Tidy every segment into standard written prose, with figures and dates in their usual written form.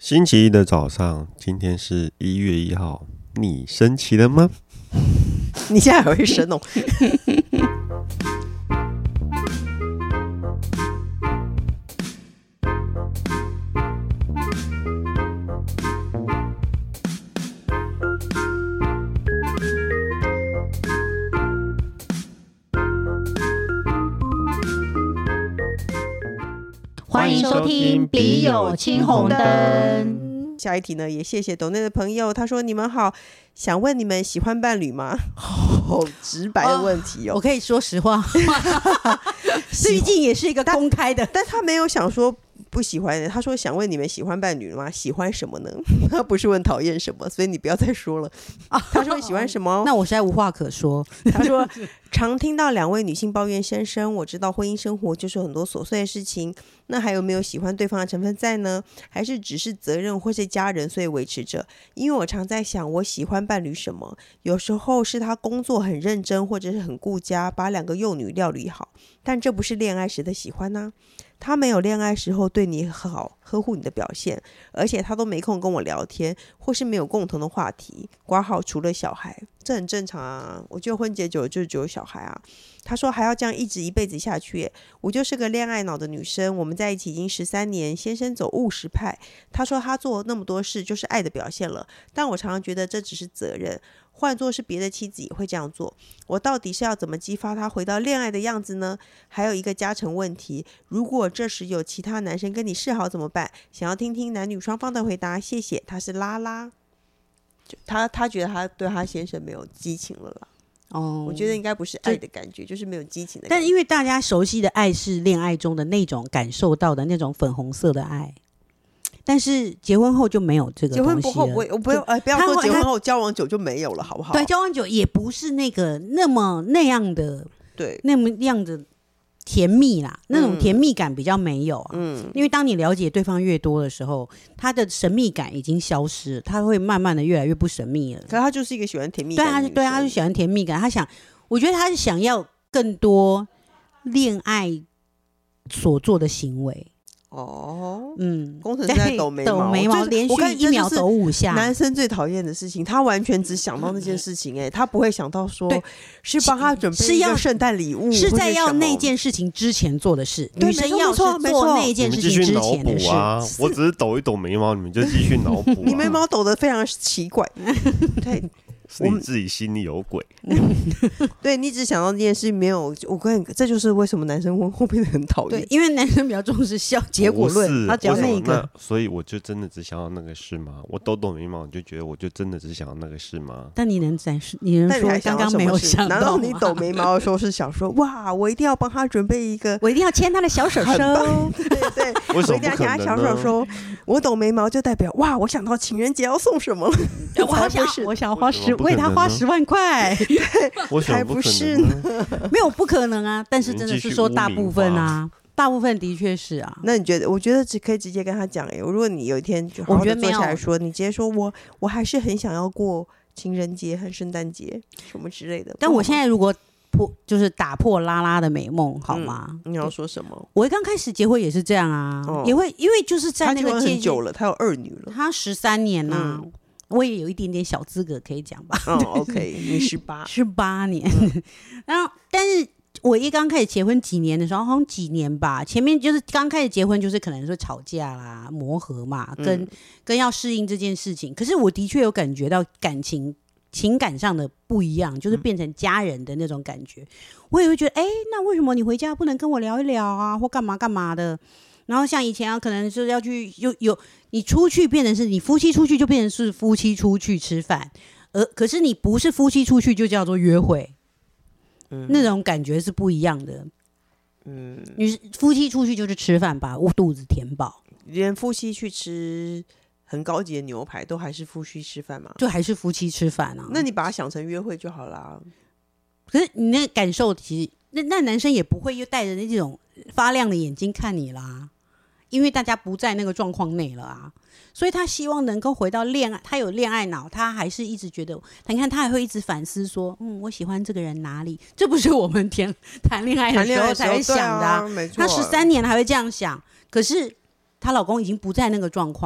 星期一的早上，今天是1月1号，你升旗了吗？ 你现在还会升哦？ 欢迎收听《笔友青红灯》。 下一题呢，也谢谢抖内的朋友，他说：“你们好，想问你们喜欢伴侣吗？”好直白的问题哦。 我可以说实话，毕竟也是一个公开的， 但他没有想说不喜欢的，他说想问你们喜欢伴侣吗？喜欢什么呢？他不是问讨厌什么，所以你不要再说了。他说喜欢什么？ 那我实在无话可说。 他说常听到两位女性抱怨先生，我知道婚姻生活就是很多琐碎的事情，那还有没有喜欢对方的成分在呢？还是只是责任或是家人所以维持着？因为我常在想我喜欢伴侣什么，有时候是他工作很认真或者是很顾家，把两个幼女料理好，但这不是恋爱时的喜欢啊。他没有恋爱时候对你好，呵护你的表现，而且他都没空跟我聊天，或是没有共同的话题，括号除了小孩，这很正常啊。我觉得婚结久了就只有小孩啊。他说还要这样一辈子下去耶。我就是个恋爱脑的女生，我们在一起已经13年，先生走务实派。他说他做那么多事就是爱的表现了，但我常常觉得这只是责任，换作是别的妻子也会这样做。我到底是要怎么激发他回到恋爱的样子呢？还有一个加成问题，如果这时有其他男生跟你示好怎么办？想要听听男女双方的回答，谢谢。他是拉拉，他觉得他对他先生没有激情了啦。我觉得应该不是爱的感觉，就是没有激情的感觉。 但因为大家熟悉的爱是恋爱中的那种感受到的那种粉红色的爱，但是结婚后就没有这个东西了。 结婚后我不要说结婚后交往久就没有了，好不好？ 对，交往久也不是那个那样的， 对， 那么样的甜蜜啦，那种甜蜜感比较没有啊。因为当你了解对方越多的时候，他的神秘感已经消失了，他会慢慢的越来越不神秘了。 可是他就是一个喜欢甜蜜感的女生。 对，他就喜欢甜蜜感。我觉得他是想要更多恋爱所做的行为。 工程师在抖眉毛， 连续1秒抖5下。 男生最讨厌的事情，他完全只想到那件事情，他不会想到说是帮他准备一个圣诞礼物， 是在要那件事情之前做的事。女生要是做那件事情之前的事啊，我只是抖一抖眉毛，你们就继续脑补。 你眉毛抖得非常奇怪，对。 是你自己心里有鬼。 对，你只想到这件事，没有我跟你，这就是为什么男生婚后变得很讨厌。 对，因为男生比较重视结果论，他只要那一个。 所以我就真的只想要那个事吗？我抖抖眉毛，你就觉得我就真的只想要那个事吗？ 但你能展示？你能说刚刚没有想到？ 难道你抖眉毛的时候是想说，哇，我一定要帮他准备一个， 我一定要牵他的小手手？ 对，我一定要牵他小手手。我抖眉毛就代表哇，我想到情人节要送什么了。 我想为他花10万块， 还不是呢？ 没有不可能啊！但是真的是说大部分啊，大部分的确是啊。 那你觉得？我觉得可以直接跟他讲如果你有一天就好好的坐下来说，你直接说我还是很想要过情人节和圣诞节什么之类的。 但我现在如果就是打破拉拉的美梦，好吗？ 你要说什么？ 我刚开始结婚也是这样啊，也会因为就是在那个他结婚很久了，他有2女了， 他13年啊。我也有一点点小资格可以讲吧。 OK， 你18 年。然后，但是我刚开始结婚几年的时候，好像几年吧。前面就是刚开始结婚，就是可能说吵架啦、磨合嘛，跟要适应这件事情。可是我的确有感觉到情感上的不一样，就是变成家人的那种感觉。我也会觉得，那为什么你回家不能跟我聊一聊啊，或干嘛干嘛的？然后像以前可能是要去你出去变成是你夫妻出去就变成是夫妻出去吃饭，可是你不是夫妻出去就叫做约会，那种感觉是不一样的。你夫妻出去就是吃饭，把肚子填饱， 连夫妻去吃很高级的牛排都还是夫妻吃饭嘛？ 就还是夫妻吃饭啊？ 那你把它想成约会就好啦。 可是你那感受其实那男生也不会又带着那种发亮的眼睛看你啦。因为大家不在那个状况内了啊，所以他希望能够回到恋爱，他有恋爱脑，他还是一直觉得，你看他还会一直反思说，我喜欢这个人哪里？这不是我们谈恋爱的时候才会想的啊。他13年还会这样想，可是她老公已经不在那个状况了，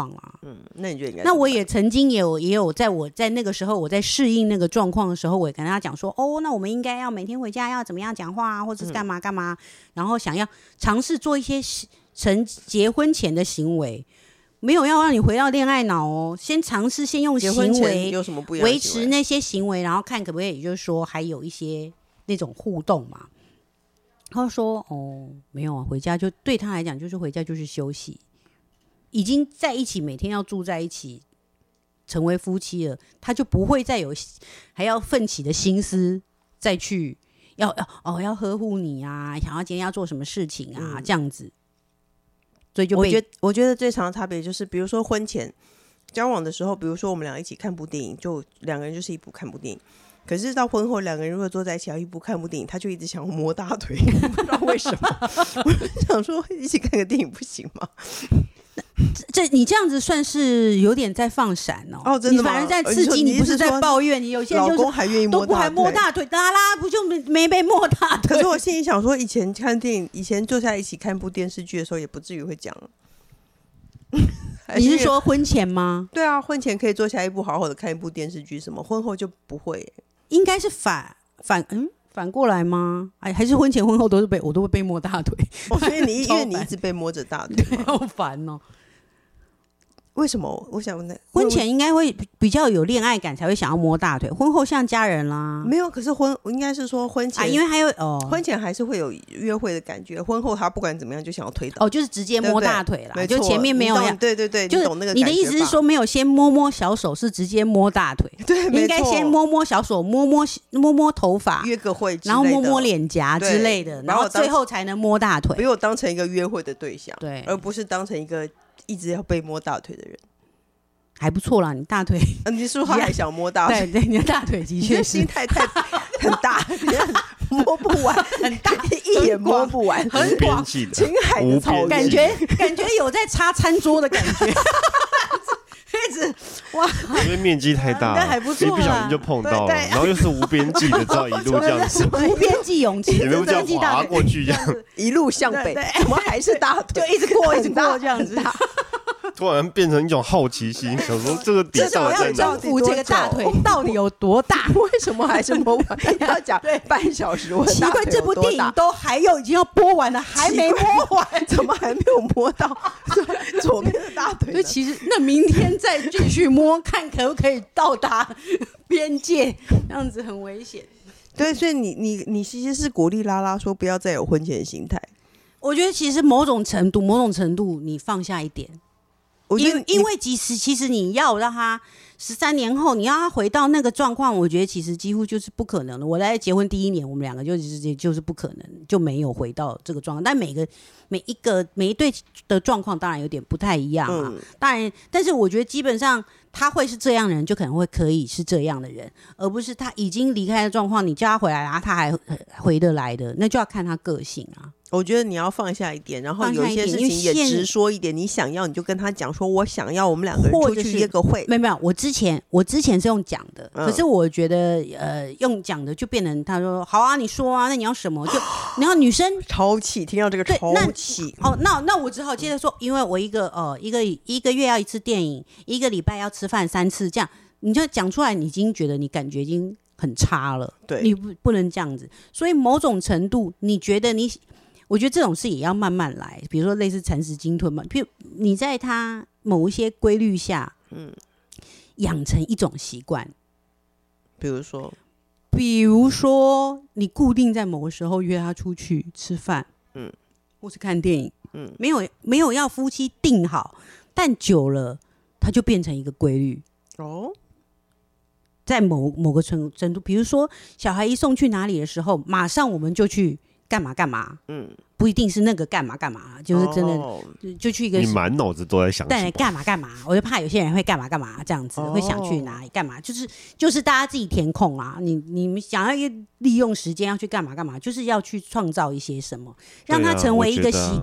那你觉得应该？ 那我也曾经也有在我在那个时候我在适应那个状况的时候，我也跟他讲说，哦，那我们应该要每天回家要怎么样讲话啊，或者是干嘛干嘛，然后想要尝试做一些结婚前的行为。没有要让你回到恋爱脑哦，先尝试先用行为有什么不一样维持那些行为，然后看可不可以，也就是说还有一些那种互动嘛。他说哦，没有啊，回家就对他来讲就是回家就是休息，已经在一起，每天要住在一起，成为夫妻了，他就不会再有还要奋起的心思再去要呵护你啊，想要今天要做什么事情啊，这样子。所以就我觉得最长的差别就是，比如说婚前交往的时候，比如说我们俩一起看部电影，就两个人就是一部看部电影。可是到婚后，两个人如果坐在一起要一部看部电影，他就一直想要摸大腿，不知道为什么。我就想说，一起看个电影不行吗？ 你这样子算是有点在放闪哦。 哦，真的吗？ 你反而在刺激，你不是在抱怨。你有些人就是老公还愿意摸大腿， 都不还摸大腿，啦啦，不就没被摸大腿？ 可是我心里想说，以前看电影，以前坐下来一起看部电视剧的时候，也不至于会讲。 你是说婚前吗？ 对啊，婚前可以坐下一部好好的看一部电视剧，什么婚后就不会。 应该是反过来吗？还是婚前婚后我都会被摸大腿？ 所以因为你一直被摸着大腿， 好烦哦。 为什么？我想问， 婚前应该会比较有恋爱感，才会想要摸大腿。婚后像家人啦， 没有。可是应该是说婚前， 因为还有婚前还是会有约会的感觉。婚后他不管怎么样就想要推倒， 就是直接摸大腿啦，就前面没有对对对， 就是懂那个感觉吧。 你的意思是说，没有先摸摸小手，是直接摸大腿？ 对， 应该先摸摸小手，摸摸头发， 约个会， 然后摸摸脸颊之类的，然后最后才能摸大腿。 没有当成一个约会的对象， 对， 而不是当成一个一直要被摸大腿的人。 还不错啦，你大腿， 你是不是还想摸大腿？ 对，你的大腿的确是心态很大，摸不完，很大，一眼摸不完， 很广， 青海的草原，感觉有在擦餐桌的感觉。一直哇， 因为面积太大了， 还不错， 一不小心就碰到了，然后又是无边际的，知道一路这样子， 无边际泳池， 一路这样滑过去，这样一路向北，怎么还是大腿？ 就一直过这样子。 突然变成一种好奇心，想说这个底到底在哪？ 征服这个大腿到底有多大？ 为什么还是摸完？要讲半小时，我奇怪，这部电影都还有已经要播完了，还没摸完， 怎么还没有摸到左边的大腿？ 所以其实那明天再继续摸，看可不可以到达边界，这样子很危险。 对，所以你其实是鼓励拉拉说不要再有婚前的心态。 我觉得其实某种程度你放下一点。因为其实你要让他13年后你要他回到那个状况，我觉得其实几乎就是不可能的。我在结婚第1年，我们两个就是不可能，就没有回到这个状况。但每一对的状况当然有点不太一样啊。当然，但是我觉得基本上他会是这样的人，就可能会可以是这样的人，而不是他已经离开的状况，你叫他回来，然后他还回得来的，那就要看他个性啊。 我觉得你要放下一点，然后有一些事情也直说一点。你想要你就跟他讲，说我想要，我们两个人出去约个会。 没有，我之前是用讲的，可是我觉得用讲的就变成他说好啊，你说啊，那你要什么？就你要女生超气，听到这个超气。 那我只好接着说，因为我一个月要1次电影，1个礼拜要吃饭3次，这样你就讲出来，你已经觉得你感觉已经很差了。 对， 你不能这样子。所以某种程度，你觉得我觉得这种事也要慢慢来，比如说类似蚕食鲸吞嘛，譬如你在他某一些规律下，养成一种习惯，比如说你固定在某个时候约他出去吃饭，或是看电影，没有要夫妻定好，但久了它就变成一个规律哦。在某个程度，比如说小孩一送去哪里的时候，马上我们就去干嘛干嘛，不一定是那个干嘛干嘛，就是真的就去一个， 你满脑子都在想对干嘛干嘛，我就怕有些人会干嘛干嘛这样子，会想去哪里干嘛，就是大家自己填空啊，你们想要利用时间要去干嘛干嘛，就是要去创造一些什么，让它成为一个习惯。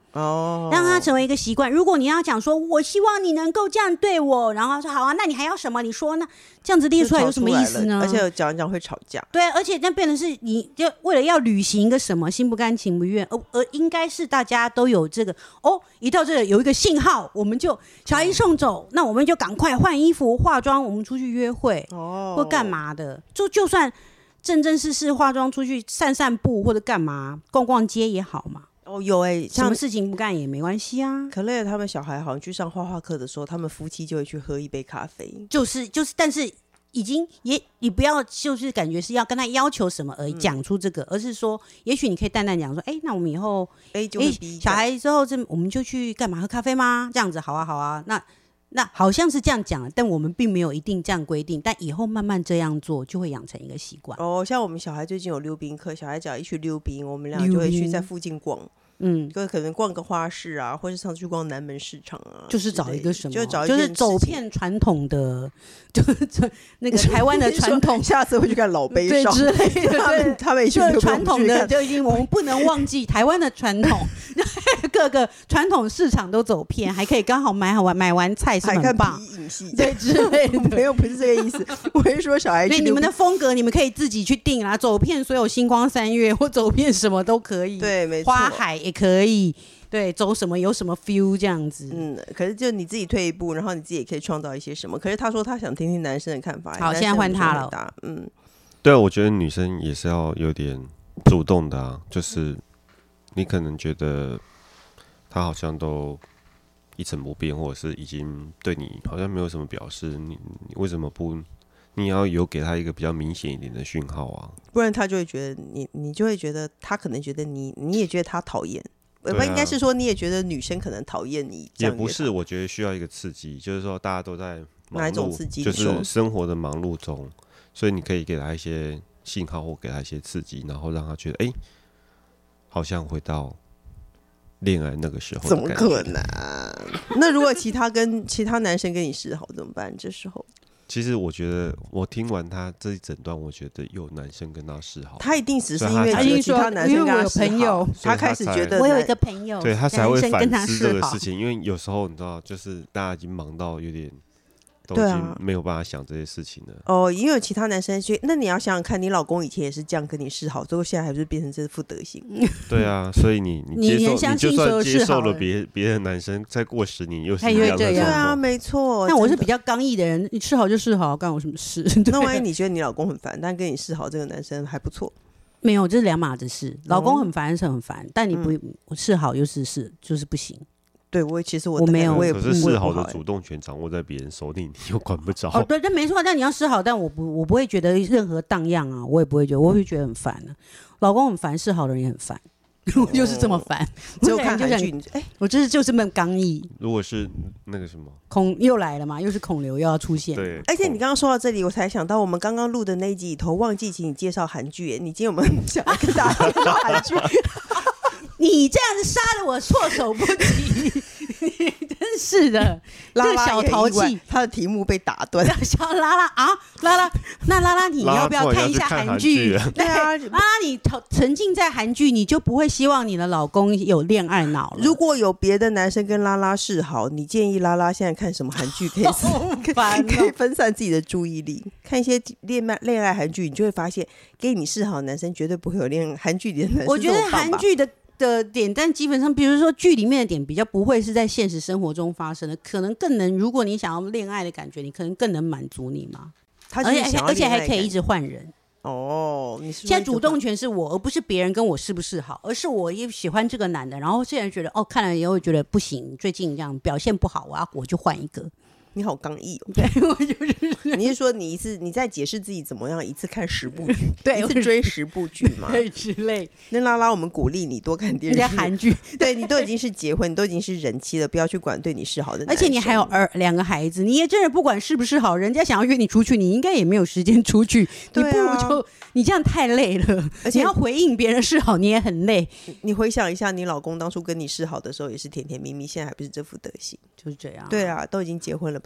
让它成为一个习惯。如果你要讲说我希望你能够这样对我，然后说好啊，那你还要什么？你说呢？这样子列出来有什么意思呢？ 而且讲一讲会吵架。 对，而且那变成是你就为了要履行一个什么心不甘情不愿，而应该是大家都有这个一到这个有一个信号，我们就小孩一送走，那我们就赶快换衣服化妆，我们出去约会或干嘛的，就算正正式式化妆出去散散步或者干嘛逛逛街也好嘛。 有什么事情不干也没关系啊。 可乐他们小孩好像去上画画课的时候，他们夫妻就会去喝一杯咖啡， 但是已经你不要就是感觉是要跟他要求什么而讲出这个，而是说也许你可以淡淡讲说那我们以后小孩之后我们就去干嘛喝咖啡吗？这样子好啊好啊，那好像是这样讲，但我们并没有一定这样规定，但以后慢慢这样做就会养成一个习惯。 像我们小孩最近有溜冰课，小孩只要一去溜冰，我们俩就会去在附近逛。就可能逛个花市啊，或是上去逛南门市场啊， 就是找一个什么， 就是走遍传统的，就是那个台湾的传统。 下次会去看老杯少之类的， 他们也去传统的，就已经我们不能忘记台湾的传统，各个传统市场都走遍，还可以刚好买完菜是很棒，对之类的。 没有，不是这个意思。我是说小孩去你们的风格，你们可以自己去定啦，走遍所有星光三月或走遍什么都可以。 对，没错， 花海也可以，对，走什么有什么 feel 这样子。 可是就你自己退一步，然后你自己也可以创造一些什么。可是他说他想听听男生的看法。 好，现在换他了。 对啊，我觉得女生也是要有点主动的啊，就是你可能觉得他好像都一成不变，或者是已经对你好像没有什么表示，你为什么不？你要有给他一个比较明显一点的讯号啊， 不然他就会觉得你就会觉得他可能觉得你也觉得他讨厌。不应该是说你也觉得女生可能讨厌你， 也不是，我觉得需要一个刺激，就是说大家都在忙碌， 哪一种刺激？ 就是生活的忙碌中，所以你可以给他一些信号或给他一些刺激，然后让他觉得好像回到恋爱那个时候的感觉。 怎么可能？那如果其他男生跟你示好怎么办？这时候其实我觉得，我听完他这一整段，我觉得有男生跟他示好， 他一定只是因为其他男生跟他示好，他开始觉得我有一个朋友， 对他才会反思这个事情。因为有时候你知道，就是大家已经忙到有点都已经没有办法想这些事情了。 因为有其他男生那你要想想看，你老公以前也是这样跟你示好，最后现在还不是变成这副德行？ 对啊，所以你就算接受了别的男生，再过10年又是一样的。 对啊，没错。 但我是比较刚毅的人，你示好就示好，干我什么事？ 那万一你觉得你老公很烦，但跟你示好这个男生还不错， 没有，这是两码子事。老公很烦是很烦，但你不示好就是不行。 对，其实我没有， 可是示好的主动权掌握在别人手里，你又管不着。 对，但没错，但你要示好，但我不会觉得任何荡漾啊，我也不会觉得，我会觉得很烦啊。老公很烦，示好的人也很烦，我就是这么烦。 只有看韩剧， 我就是这么刚毅。 如果是那个什么又来了嘛，又是孔刘又要出现。 对， 而且你刚刚说到这里，我才想到我们刚刚录的那一集里头，忘记请你介绍韩剧。你今天有没有想要跟大家介绍韩剧？ 你这样子杀得我措手不及。真是的，这个小淘气， 他的题目被打断。 小拉拉啊，拉拉，你要不要看一下韩剧？ 对啊， 拉拉，你沉浸在韩剧，你就不会希望你的老公有恋爱脑了。 如果有别的男生跟拉拉示好，你建议拉拉现在看什么韩剧可以分散自己的注意力，看一些恋爱韩剧，你就会发现，给你示好的男生绝对不会有韩剧里的男生。 我觉得韩剧的点，但基本上，比如说剧里面的点比较不会是在现实生活中发生的，可能更能，如果你想要恋爱的感觉，你可能更能满足你嘛。而且还可以一直换人。 你是现在主动权是我，而不是别人跟我示不示好，而是我也喜欢这个男的，然后现在觉得看了也会觉得不行，最近这样表现不好，我就换一个。 你好刚毅哦！ 对，我就是你是说你在解释自己怎么样一次看10部剧， 对， 一次追10部剧吗？ 对之类。 那拉拉，我们鼓励你多看电视、 韩剧。 对，你都已经是结婚，你都已经是人妻了，不要去管对你示好的男生。 而且你还有2个孩子，你也真的不管是不是好，人家想要约你出去，你应该也没有时间出去。你不如就你这样太累了，而且你要回应别人示好，你也很累。 你回想一下，你老公当初跟你示好的时候也是甜甜蜜蜜，现在还不是这副德行， 就是这样。 对啊，都已经结婚了，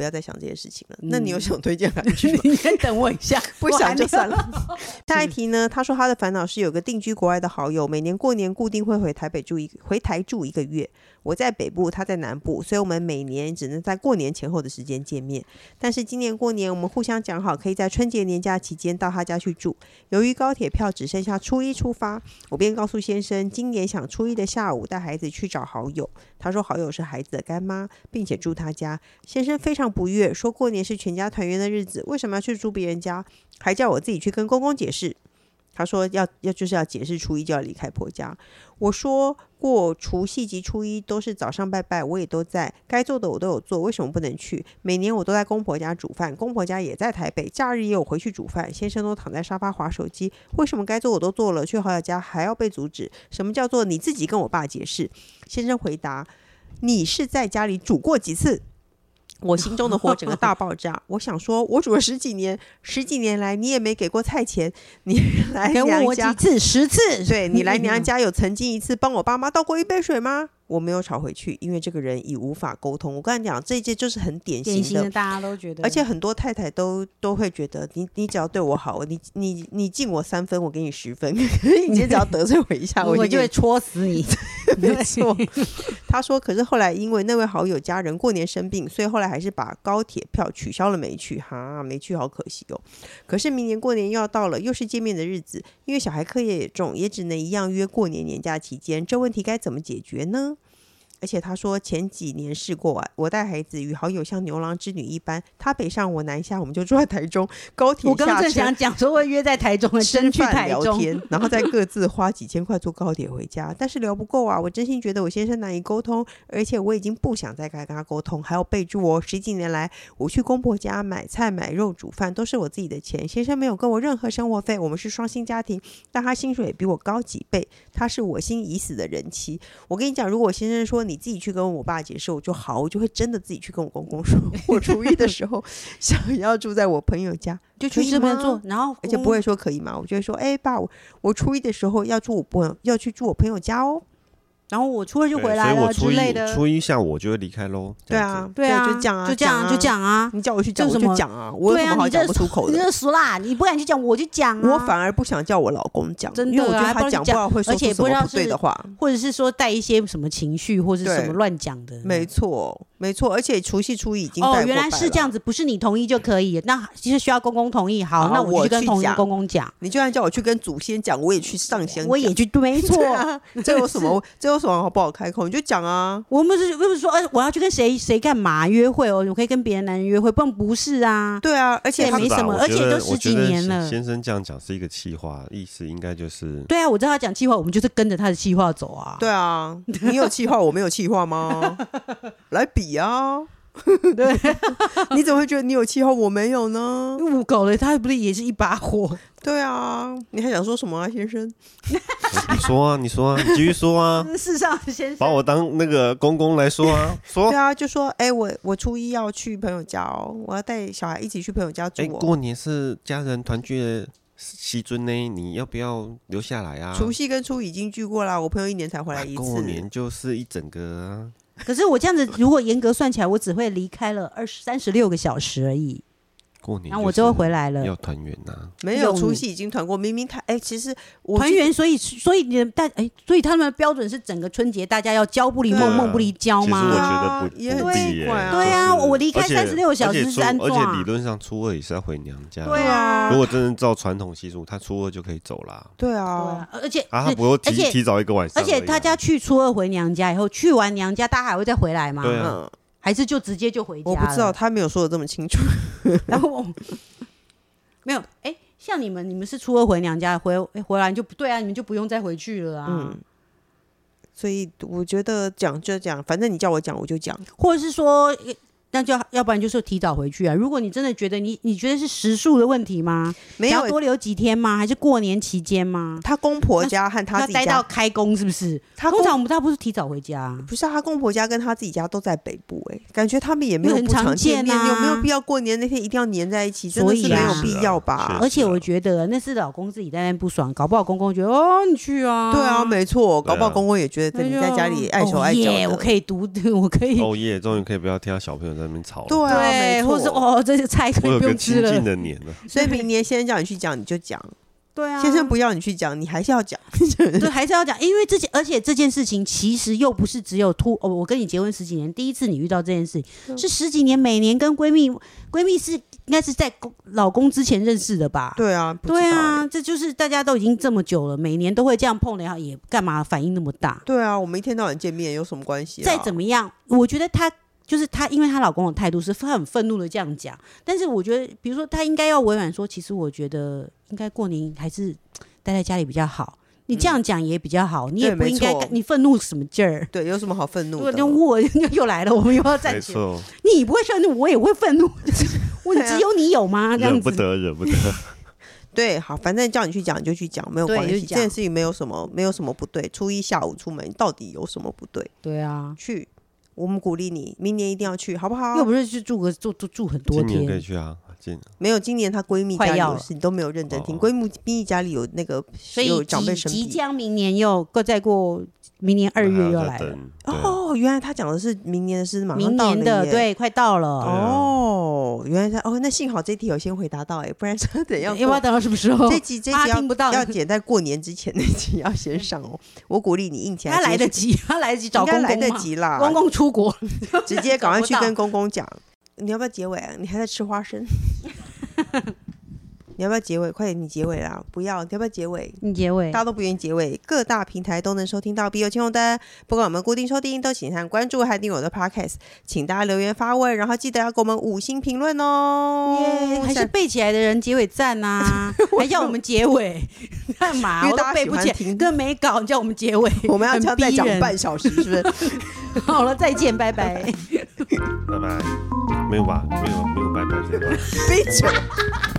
不要再想这些事情了。那你有想推荐韩剧吗？ 你先等我一下， 不想就算了。下一题呢？他说他的烦恼是有个定居国外的好友，每年过年固定会回台住1个月。我在北部，他在南部，所以我们每年只能在过年前后的时间见面。但是今年过年，我们互相讲好，可以在春节年假期间到他家去住。由于高铁票只剩下初一出发，我便告诉先生，今年想初一的下午带孩子去找好友。他说好友是孩子的干妈，并且住他家。先生非常不悦，说过年是全家团圆的日子，为什么要去住别人家？还叫我自己去跟公公解释。他说就是要解释初一就要离开婆家。我说过除夕及初一都是早上拜拜，我也都在，该做的我都有做，为什么不能去？每年我都在公婆家煮饭，公婆家也在台北，假日也有回去煮饭，先生都躺在沙发滑手机，为什么该做我都做了，去好友家还要被阻止？什么叫做你自己跟我爸解释？先生回答，你是在家里煮过几次？我心中的火整个大爆炸。我想说，我煮了10几年来，你也没给过菜钱，你来娘家问我几次？10次。 对，你来娘家有曾经一次帮我爸妈倒过一杯水吗？我没有吵回去，因为这个人已无法沟通。我跟你讲，这一届就是很典型的， 大家都觉得， 而且很多太太都会觉得，你只要对我好，你敬我3分，我给你10分，你今天只要得罪我一下， 我就会戳死你。 没错。他说，可是后来因为那位好友家人过年生病，所以后来还是把高铁票取消了，没去。哈，没去好可惜哦。可是明年过年又要到了，又是见面的日子，因为小孩课业也重，也只能一样约过年年假期间。这问题该怎么解决呢？而且他说前几年试过我带孩子与好友像牛郎织女一般，他北上我南下，我们就住在台中，高铁下车， 我刚刚正想讲说会约在台中的，真去台中聊天，然后再各自花几千块坐高铁回家。但是聊不够啊，我真心觉得我先生难以沟通，而且我已经不想再跟他沟通。还有备注哦，10几年来我去公婆家买菜买肉煮饭都是我自己的钱，先生没有跟我任何生活费，我们是双薪家庭，但他薪水也比我高几倍，他是我心已死的人妻。我跟你讲，如果我先生说你自己去跟我爸解释，我就会真的自己去跟我公公说，我初一的时候想要住在我朋友家， 就去这边做，然后而且不会说可以吗？我就会说，爸，我初一的时候要去住我朋友家哦。 然后我初二就回来了之类的。 初一下午我就会离开喽。 对啊，就讲啊， 就讲啊。 你叫我去讲，我就讲啊。我有什么好讲不出口的？ 你这俗啦！你不敢去讲，我就讲啊。 我反而不想叫我老公讲， 真的， 因为我觉得他讲不好会说出什么不对的话， 或者是说带一些什么情绪，或是什么乱讲的。 没错，没错。而且除夕初一已经带过原来是这样子，不是你同意就可以，那其实需要公公同意。好，那我去跟公公讲。 你就算叫我去跟祖先讲，我也去上香， 我也去，没错。 这有什么？这有什么好不好开口？你就讲啊！ 我们是不是说，我要去跟谁干嘛约会哦？我可以跟别的男人约会，不是啊？ 对啊，而且也没什么，而且都10几年了。 先生这样讲是一个气话，意思应该就是对啊，我知道他讲气话，我们就是跟着他的气话走啊。 对啊，你有气话，我没有气话吗？来比啊！ 对， 你怎么会觉得你有气话，我没有呢？ 我搞了，他不是也是一把火？ 对啊，你还想说什么啊，先生？ 你说啊，你继续说啊。 世上先生， 把我当那个公公来说啊，说。 对啊，就说我初一要去朋友家哦，我要带小孩一起去朋友家住哦。 过年是家人团聚的时阵呢，你要不要留下来啊？ 除夕跟初已经聚过啦，我朋友1年才回来一次。 过年就是一整个啊。 可是我这样子，如果严格算起来，我只会离开了36个小时而已。 过年， 然后我就会回来了。 要团圆呐， 没有除夕已经团过，明明其实团圆，所以所以他们的标准是整个春节大家要交不离梦，梦不离交吗？ 其实我觉得不必耶。 对啊，我离开36小时是安坐， 而且理论上初二也是要回娘家。 对啊， 如果真的照传统习俗，他初二就可以走啦。 对啊， 而且他不会提早1个晚上， 而且他家去初二回娘家以后，去完娘家，大家还会再回来吗？ 对啊。 还是就直接就回家了？ 我不知道，他没有说的这么清楚。 然后没有，像你们是初二回娘家，回来你就不对啊，你们就不用再回去了啊。 所以我觉得讲就讲，反正你叫我讲我就讲， 或者是说。那就要不然就是提早回去啊。如果你真的觉得你觉得是时数的问题吗？没有，要多留几天吗？还是过年期间吗？ 他公婆家和他自己家要待到开工是不是？通常他不是提早回家， 不是他公婆家跟他自己家都在北部感觉他们也没有不常见面，有没有必要过年那天一定要黏在一起？真的是没有必要吧？ 而且我觉得那是老公自己在那边不爽，搞不好公公觉得你去啊， 对啊，没错，搞不好公公也觉得你在家里碍手碍脚的， 我可以我可以夜终于可以不要听到小朋友在在那边吵了。 对啊，没错或是这些菜可以不我有个用吃了亲近。的年了， 所以明年先生叫你去讲，你就讲； 对啊， 先生不要你去讲，你还是要讲。 对，还是要讲，因为而且这件事情其实又不是只有我跟你结婚10几年，第一次你遇到这件事情，是10几年，每年跟闺蜜是应该是在老公之前认识的吧？ 对啊，不知道对欸啊，这就是大家都已经这么久了，每年都会这样碰的，也干嘛反应那么大？ 对啊，我们一天到晚见面有什么关系啊？ 再怎么样，我觉得她，因为她老公的态度是很愤怒的这样讲，但是我觉得，比如说她应该要委婉说，其实我觉得应该过年还是待在家里比较好。你这样讲也比较好，你也不应该，你愤怒什么劲儿？ 对，有什么好愤怒的？ 我又来了，我们又要站起来。你不会愤怒，我也会愤怒，我只有你有吗？这样子惹不得。 对，好，反正叫你去讲你就去讲，没有关系。这件事情没有什么不对。初一下午出门到底有什么不对？ 对啊， 去，我们鼓励你，明年一定要去，好不好？ 又不是去住很多天， 今年可以去啊。 没有，今年她闺蜜家里有事，你都没有认真听。闺蜜家里有那个， 所以有长辈生病， 即将明年再过明年2月又来了。 哦，原来她讲的是明年的事，马上明年的，对，快到了。 哦，原来那幸好这题有先回答到，不然说等要等到什么时候？ 这集要剪在过年之前那集要先上哦。我鼓励你硬起来， 他来得及找公公吗？ 来得及啦， 公公出国， 直接赶快去跟公公讲。你要不要结尾啊？你还在吃花生？你要不要结尾？快点，你结尾啦！不要，你要不要结尾？ 你结尾， 大家都不愿意结尾。各大平台都能收听到《笔友青红灯》，不管我们固定收听，都请按关注还订阅我的 Podcast， 请大家留言发问，然后记得要给我们5星评论哦。 还是背起来的人结尾赞啊，还要我们结尾干嘛？我都背不起来，更没搞，你叫我们结尾， 我们要这样再讲半小时，是不是？ 好了，再见，拜拜， 拜拜。没有吧？没有拜拜， 闭嘴。